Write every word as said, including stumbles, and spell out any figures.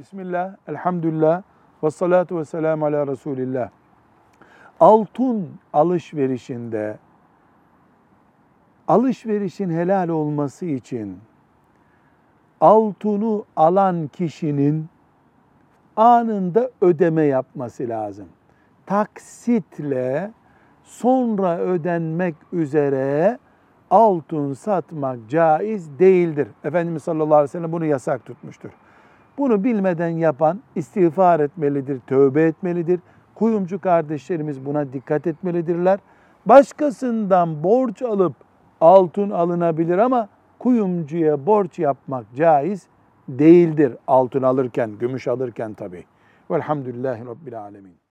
Bismillah, elhamdülillah, ve salatu ve selamu ala Resulillah. Altın alışverişinde, alışverişin helal olması için altını alan kişinin anında ödeme yapması lazım. Taksitle sonra ödenmek üzere altın satmak caiz değildir. Efendimiz sallallahu aleyhi ve sellem bunu yasak tutmuştur. Bunu bilmeden yapan istiğfar etmelidir, tövbe etmelidir. Kuyumcu kardeşlerimiz buna dikkat etmelidirler. Başkasından borç alıp altın alınabilir ama kuyumcuya borç yapmak caiz değildir. Altın alırken, gümüş alırken tabii. Velhamdülillahi Rabbil alemin.